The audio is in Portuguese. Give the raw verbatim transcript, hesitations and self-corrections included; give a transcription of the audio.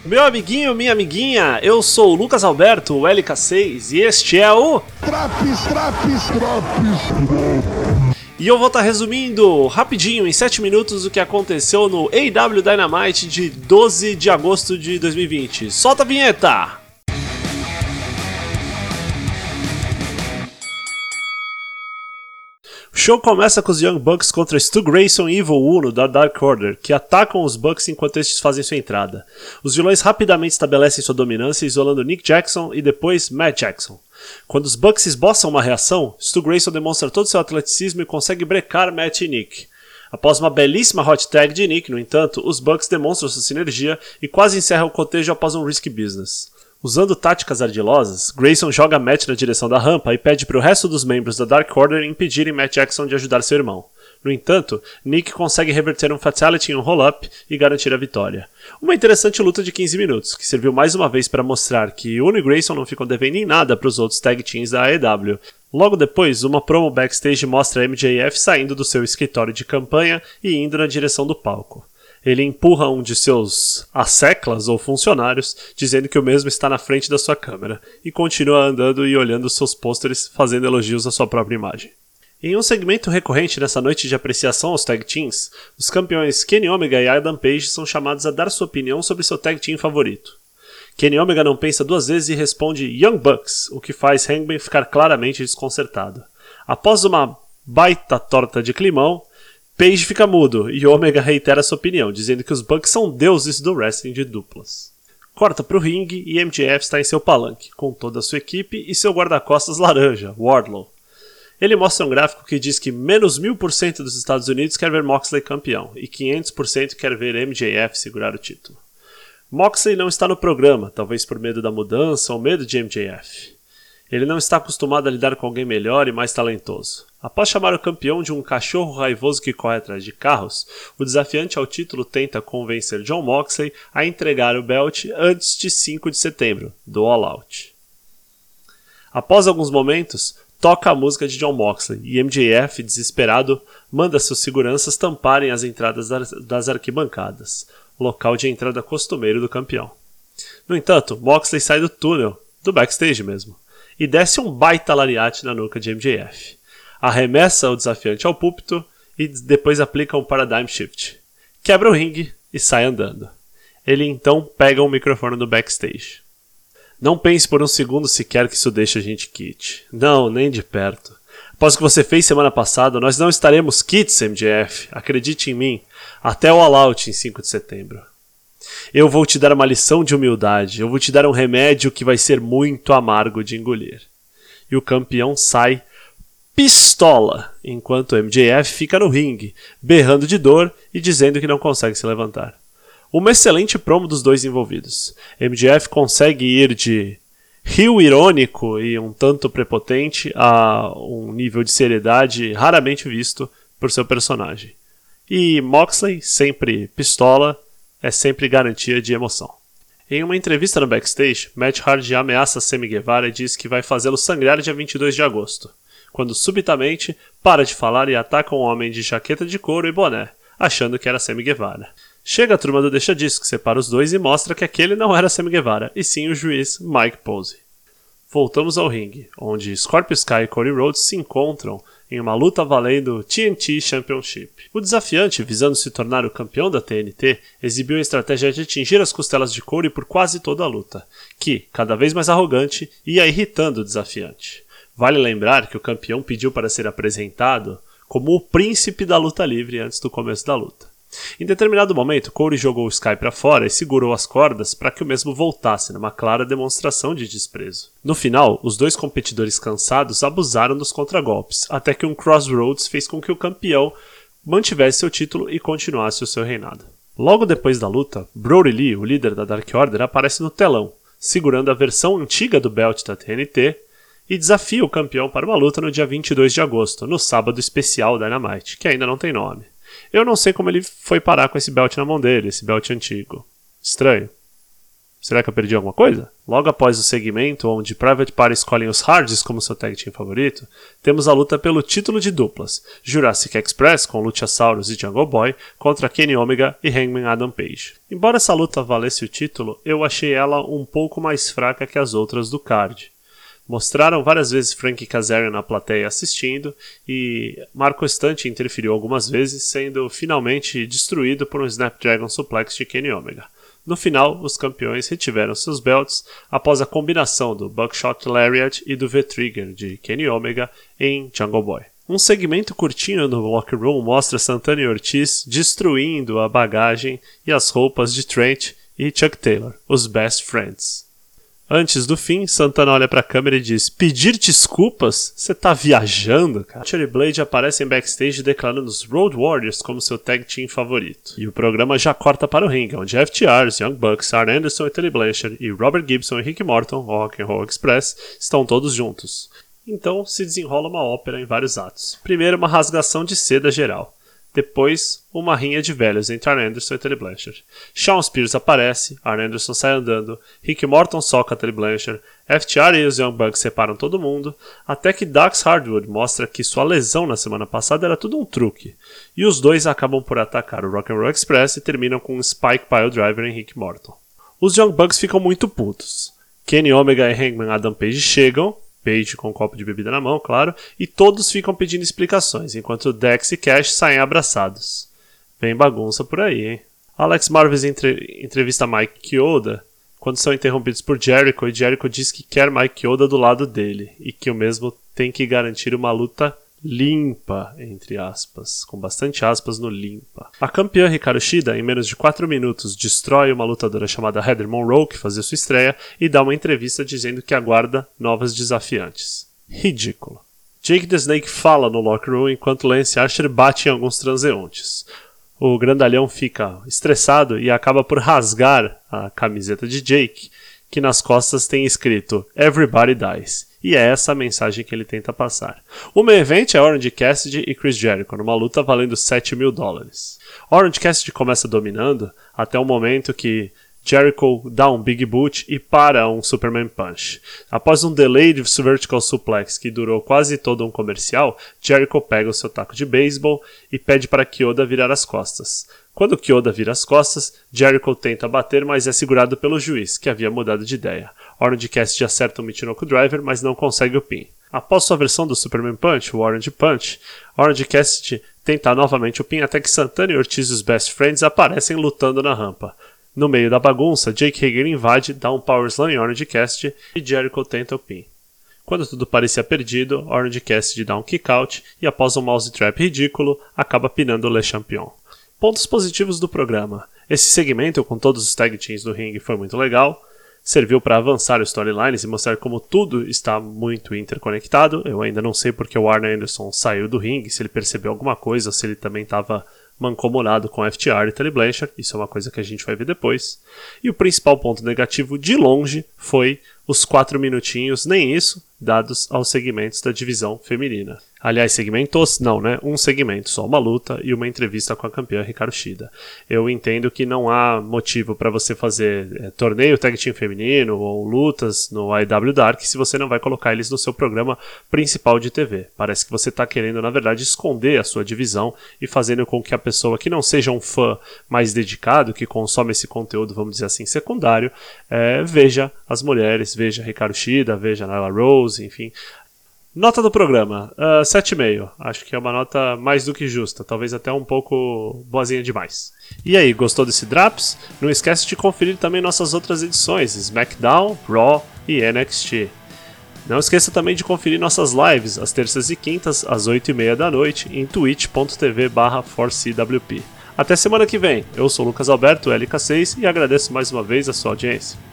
Meu amiguinho, minha amiguinha, eu sou o Lucas Alberto, o L K seis, e este é o... Traps, traps, traps. E eu vou estar resumindo rapidinho, em sete minutos, o que aconteceu no A E W Dynamite de doze de agosto de dois mil e vinte. Solta a vinheta! O show começa com os Young Bucks contra Stu Grayson e Evil Uno da Dark Order, que atacam os Bucks enquanto estes fazem sua entrada. Os vilões rapidamente estabelecem sua dominância, isolando Nick Jackson e depois Matt Jackson. Quando os Bucks esboçam uma reação, Stu Grayson demonstra todo seu atleticismo e consegue brecar Matt e Nick. Após uma belíssima hot tag de Nick, no entanto, os Bucks demonstram sua sinergia e quase encerram o cotejo após um risky business. Usando táticas ardilosas, Grayson joga Matt na direção da rampa e pede para o resto dos membros da Dark Order impedirem Matt Jackson de ajudar seu irmão. No entanto, Nick consegue reverter um Fatality em um roll-up e garantir a vitória. Uma interessante luta de quinze minutos, que serviu mais uma vez para mostrar que Uno e Grayson não ficam devendo em nada para os outros tag teams da A E W. Logo depois, uma promo backstage mostra M J F saindo do seu escritório de campanha e indo na direção do palco. Ele empurra um de seus asseclas ou funcionários, dizendo que o mesmo está na frente da sua câmera, e continua andando e olhando seus pôsteres, fazendo elogios à sua própria imagem. Em um segmento recorrente nessa noite de apreciação aos tag teams, os campeões Kenny Omega e Adam Page são chamados a dar sua opinião sobre seu tag team favorito. Kenny Omega não pensa duas vezes e responde Young Bucks, o que faz Hangman ficar claramente desconcertado. Após uma baita torta de climão, Page fica mudo e Omega reitera sua opinião, dizendo que os Bucks são deuses do wrestling de duplas. Corta para o ringue e M J F está em seu palanque, com toda a sua equipe e seu guarda-costas laranja, Wardlow. Ele mostra um gráfico que diz que menos mil por cento dos Estados Unidos quer ver Moxley campeão e quinhentos por cento quer ver M J F segurar o título. Moxley não está no programa, talvez por medo da mudança ou medo de M J F. Ele não está acostumado a lidar com alguém melhor e mais talentoso. Após chamar o campeão de um cachorro raivoso que corre atrás de carros, o desafiante ao título tenta convencer Jon Moxley a entregar o belt antes de cinco de setembro, do All Out. Após alguns momentos, toca a música de Jon Moxley e M J F, desesperado, manda seus seguranças tamparem as entradas das arquibancadas, local de entrada costumeiro do campeão. No entanto, Moxley sai do túnel, do backstage mesmo, e desce um baita lariate na nuca de M J F. Arremessa o desafiante ao púlpito e depois aplica um Paradigm Shift. Quebra o ringue e sai andando. Ele então pega um microfone no backstage. Não pense por um segundo sequer que isso deixa a gente quit. Não, nem de perto. Após o que você fez semana passada, nós não estaremos quits, M J F. Acredite em mim. Até o All Out em cinco de setembro. Eu vou te dar uma lição de humildade. Eu vou te dar um remédio que vai ser muito amargo de engolir. E o campeão sai pistola, enquanto M J F fica no ringue, berrando de dor e dizendo que não consegue se levantar. Uma excelente promo dos dois envolvidos. M J F consegue ir de rio irônico e um tanto prepotente a um nível de seriedade raramente visto por seu personagem. E Moxley, sempre pistola, é sempre garantia de emoção. Em uma entrevista no backstage, Matt Hardy ameaça Sammy Guevara e diz que vai fazê-lo sangrar dia vinte e dois de agosto, quando subitamente para de falar e ataca um homem de jaqueta de couro e boné, achando que era Sammy Guevara. Chega a turma do Deixa Disso, que separa os dois e mostra que aquele não era Sammy Guevara, e sim o juiz Mike Posey. Voltamos ao ringue, onde Scorpio Sky e Cody Rhodes se encontram em uma luta valendo T N T Championship. O desafiante, visando se tornar o campeão da T N T, exibiu a estratégia de atingir as costelas de Cody por quase toda a luta, que, cada vez mais arrogante, ia irritando o desafiante. Vale lembrar que o campeão pediu para ser apresentado como o príncipe da luta livre antes do começo da luta. Em determinado momento, Cody jogou o Sky para fora e segurou as cordas para que o mesmo voltasse, numa clara demonstração de desprezo. No final, os dois competidores cansados abusaram dos contragolpes, até que um Crossroads fez com que o campeão mantivesse seu título e continuasse o seu reinado. Logo depois da luta, Brody Lee, o líder da Dark Order, aparece no telão, segurando a versão antiga do belt da T N T, e desafia o campeão para uma luta no dia vinte e dois de agosto, no sábado especial Dynamite, que ainda não tem nome. Eu não sei como ele foi parar com esse belt na mão dele, esse belt antigo. Estranho. Será que eu perdi alguma coisa? Logo após o segmento onde Private Party escolhem os Hardys como seu tag team favorito, temos a luta pelo título de duplas, Jurassic Express com Luchasaurus e Jungle Boy contra Kenny Omega e Hangman Adam Page. Embora essa luta valesse o título, eu achei ela um pouco mais fraca que as outras do card. Mostraram várias vezes Frank Kazarian na plateia assistindo e Marco Stunt interferiu algumas vezes, sendo finalmente destruído por um Snapdragon Suplex de Kenny Omega. No final, os campeões retiveram seus belts após a combinação do Buckshot Lariat e do V-Trigger de Kenny Omega em Jungle Boy. Um segmento curtinho no Locker Room mostra Santana e Ortiz destruindo a bagagem e as roupas de Trent e Chuck Taylor, os Best Friends. Antes do fim, Santana olha pra câmera e diz: pedir desculpas? Você tá viajando, cara? Butcher e Blade aparecem backstage declarando os Road Warriors como seu tag team favorito. E o programa já corta para o ringue, onde F T R, Young Bucks, Arn Anderson e Tully Blanchard e Robert Gibson e Rick Morton, o Rock'n'Roll Express, estão todos juntos. Então se desenrola uma ópera em vários atos. Primeiro uma rasgação de seda geral. Depois, uma rinha de velhos entre Arn Anderson e Tully Blanchard. Shawn Spears aparece, Arn Anderson sai andando, Rick Morton soca Tully Blanchard, F T R e os Young Bucks separam todo mundo, até que Dax Hardwood mostra que sua lesão na semana passada era tudo um truque, e os dois acabam por atacar o Rock'n'Roll Express e terminam com um Spike Pile Driver em Rick Morton. Os Young Bucks ficam muito putos. Kenny Omega e Hangman Adam Page chegam, Page com um copo de bebida na mão, claro, e todos ficam pedindo explicações, enquanto Dex e Cash saem abraçados. Vem bagunça por aí, hein? Alex Marvez entre... entrevista Mike Chioda quando são interrompidos por Jericho, e Jericho diz que quer Mike Chioda do lado dele, e que o mesmo tem que garantir uma luta limpa, entre aspas, com bastante aspas no limpa. A campeã Hikaru Shida, em menos de quatro minutos, destrói uma lutadora chamada Heather Monroe, que fazia sua estreia, e dá uma entrevista dizendo que aguarda novas desafiantes. Ridículo. Jake the Snake fala no locker room enquanto Lance Archer bate em alguns transeuntes. O grandalhão fica estressado e acaba por rasgar a camiseta de Jake, que nas costas tem escrito Everybody Dies. E é essa a mensagem que ele tenta passar. O main event é Orange Cassidy e Chris Jericho, numa luta valendo sete mil dólares. Orange Cassidy começa dominando até o momento que Jericho dá um Big Boot e para um Superman Punch. Após um delayed vertical suplex que durou quase todo um comercial, Jericho pega o seu taco de beisebol e pede para Chioda virar as costas. Quando Chioda vira as costas, Jericho tenta bater, mas é segurado pelo juiz, que havia mudado de ideia. Orange Cassidy acerta um Michinoku Driver, mas não consegue o pin. Após sua versão do Superman Punch, o Orange Punch, Orange Cassidy tenta novamente o pin até que Santana e Ortiz e os Best Friends aparecem lutando na rampa. No meio da bagunça, Jake Hager invade, dá um Power Slam em Orange Cassidy e Jericho tenta o pin. Quando tudo parecia perdido, Orange Cassidy dá um kick out e após um mouse trap ridículo, acaba pinando Le Champion. Pontos positivos do programa. Esse segmento com todos os tag teams do ringue foi muito legal. Serviu para avançar os storylines e mostrar como tudo está muito interconectado. Eu ainda não sei porque o Arn Anderson saiu do ringue, se ele percebeu alguma coisa, se ele também estava mancomunado com F T R e Tully Blanchard. Isso é uma coisa que a gente vai ver depois. E o principal ponto negativo, de longe, foi os quatro minutinhos, nem isso, dados aos segmentos da divisão feminina. Aliás, segmentos? Não, né? Um segmento, só uma luta e uma entrevista com a campeã Hikaru Shida. Eu entendo que não há motivo para você fazer é, torneio tag team feminino ou lutas no A E W Dark se você não vai colocar eles no seu programa principal de T V. Parece que você está querendo, na verdade, esconder a sua divisão e fazendo com que a pessoa que não seja um fã mais dedicado, que consome esse conteúdo, vamos dizer assim, secundário, é, veja as mulheres, veja Hikaru Shida, veja Nyla Rose, enfim. Nota do programa, uh, sete vírgula cinco. Acho que é uma nota mais do que justa, talvez até um pouco boazinha demais. E aí, gostou desse Drops? Não esquece de conferir também nossas outras edições, SmackDown, Raw e N X T. Não esqueça também de conferir nossas lives, às terças e quintas, às oito e meia da noite, em twitch ponto tv barra four C W P. Até semana que vem, eu sou o Lucas Alberto, L K seis, e agradeço mais uma vez a sua audiência.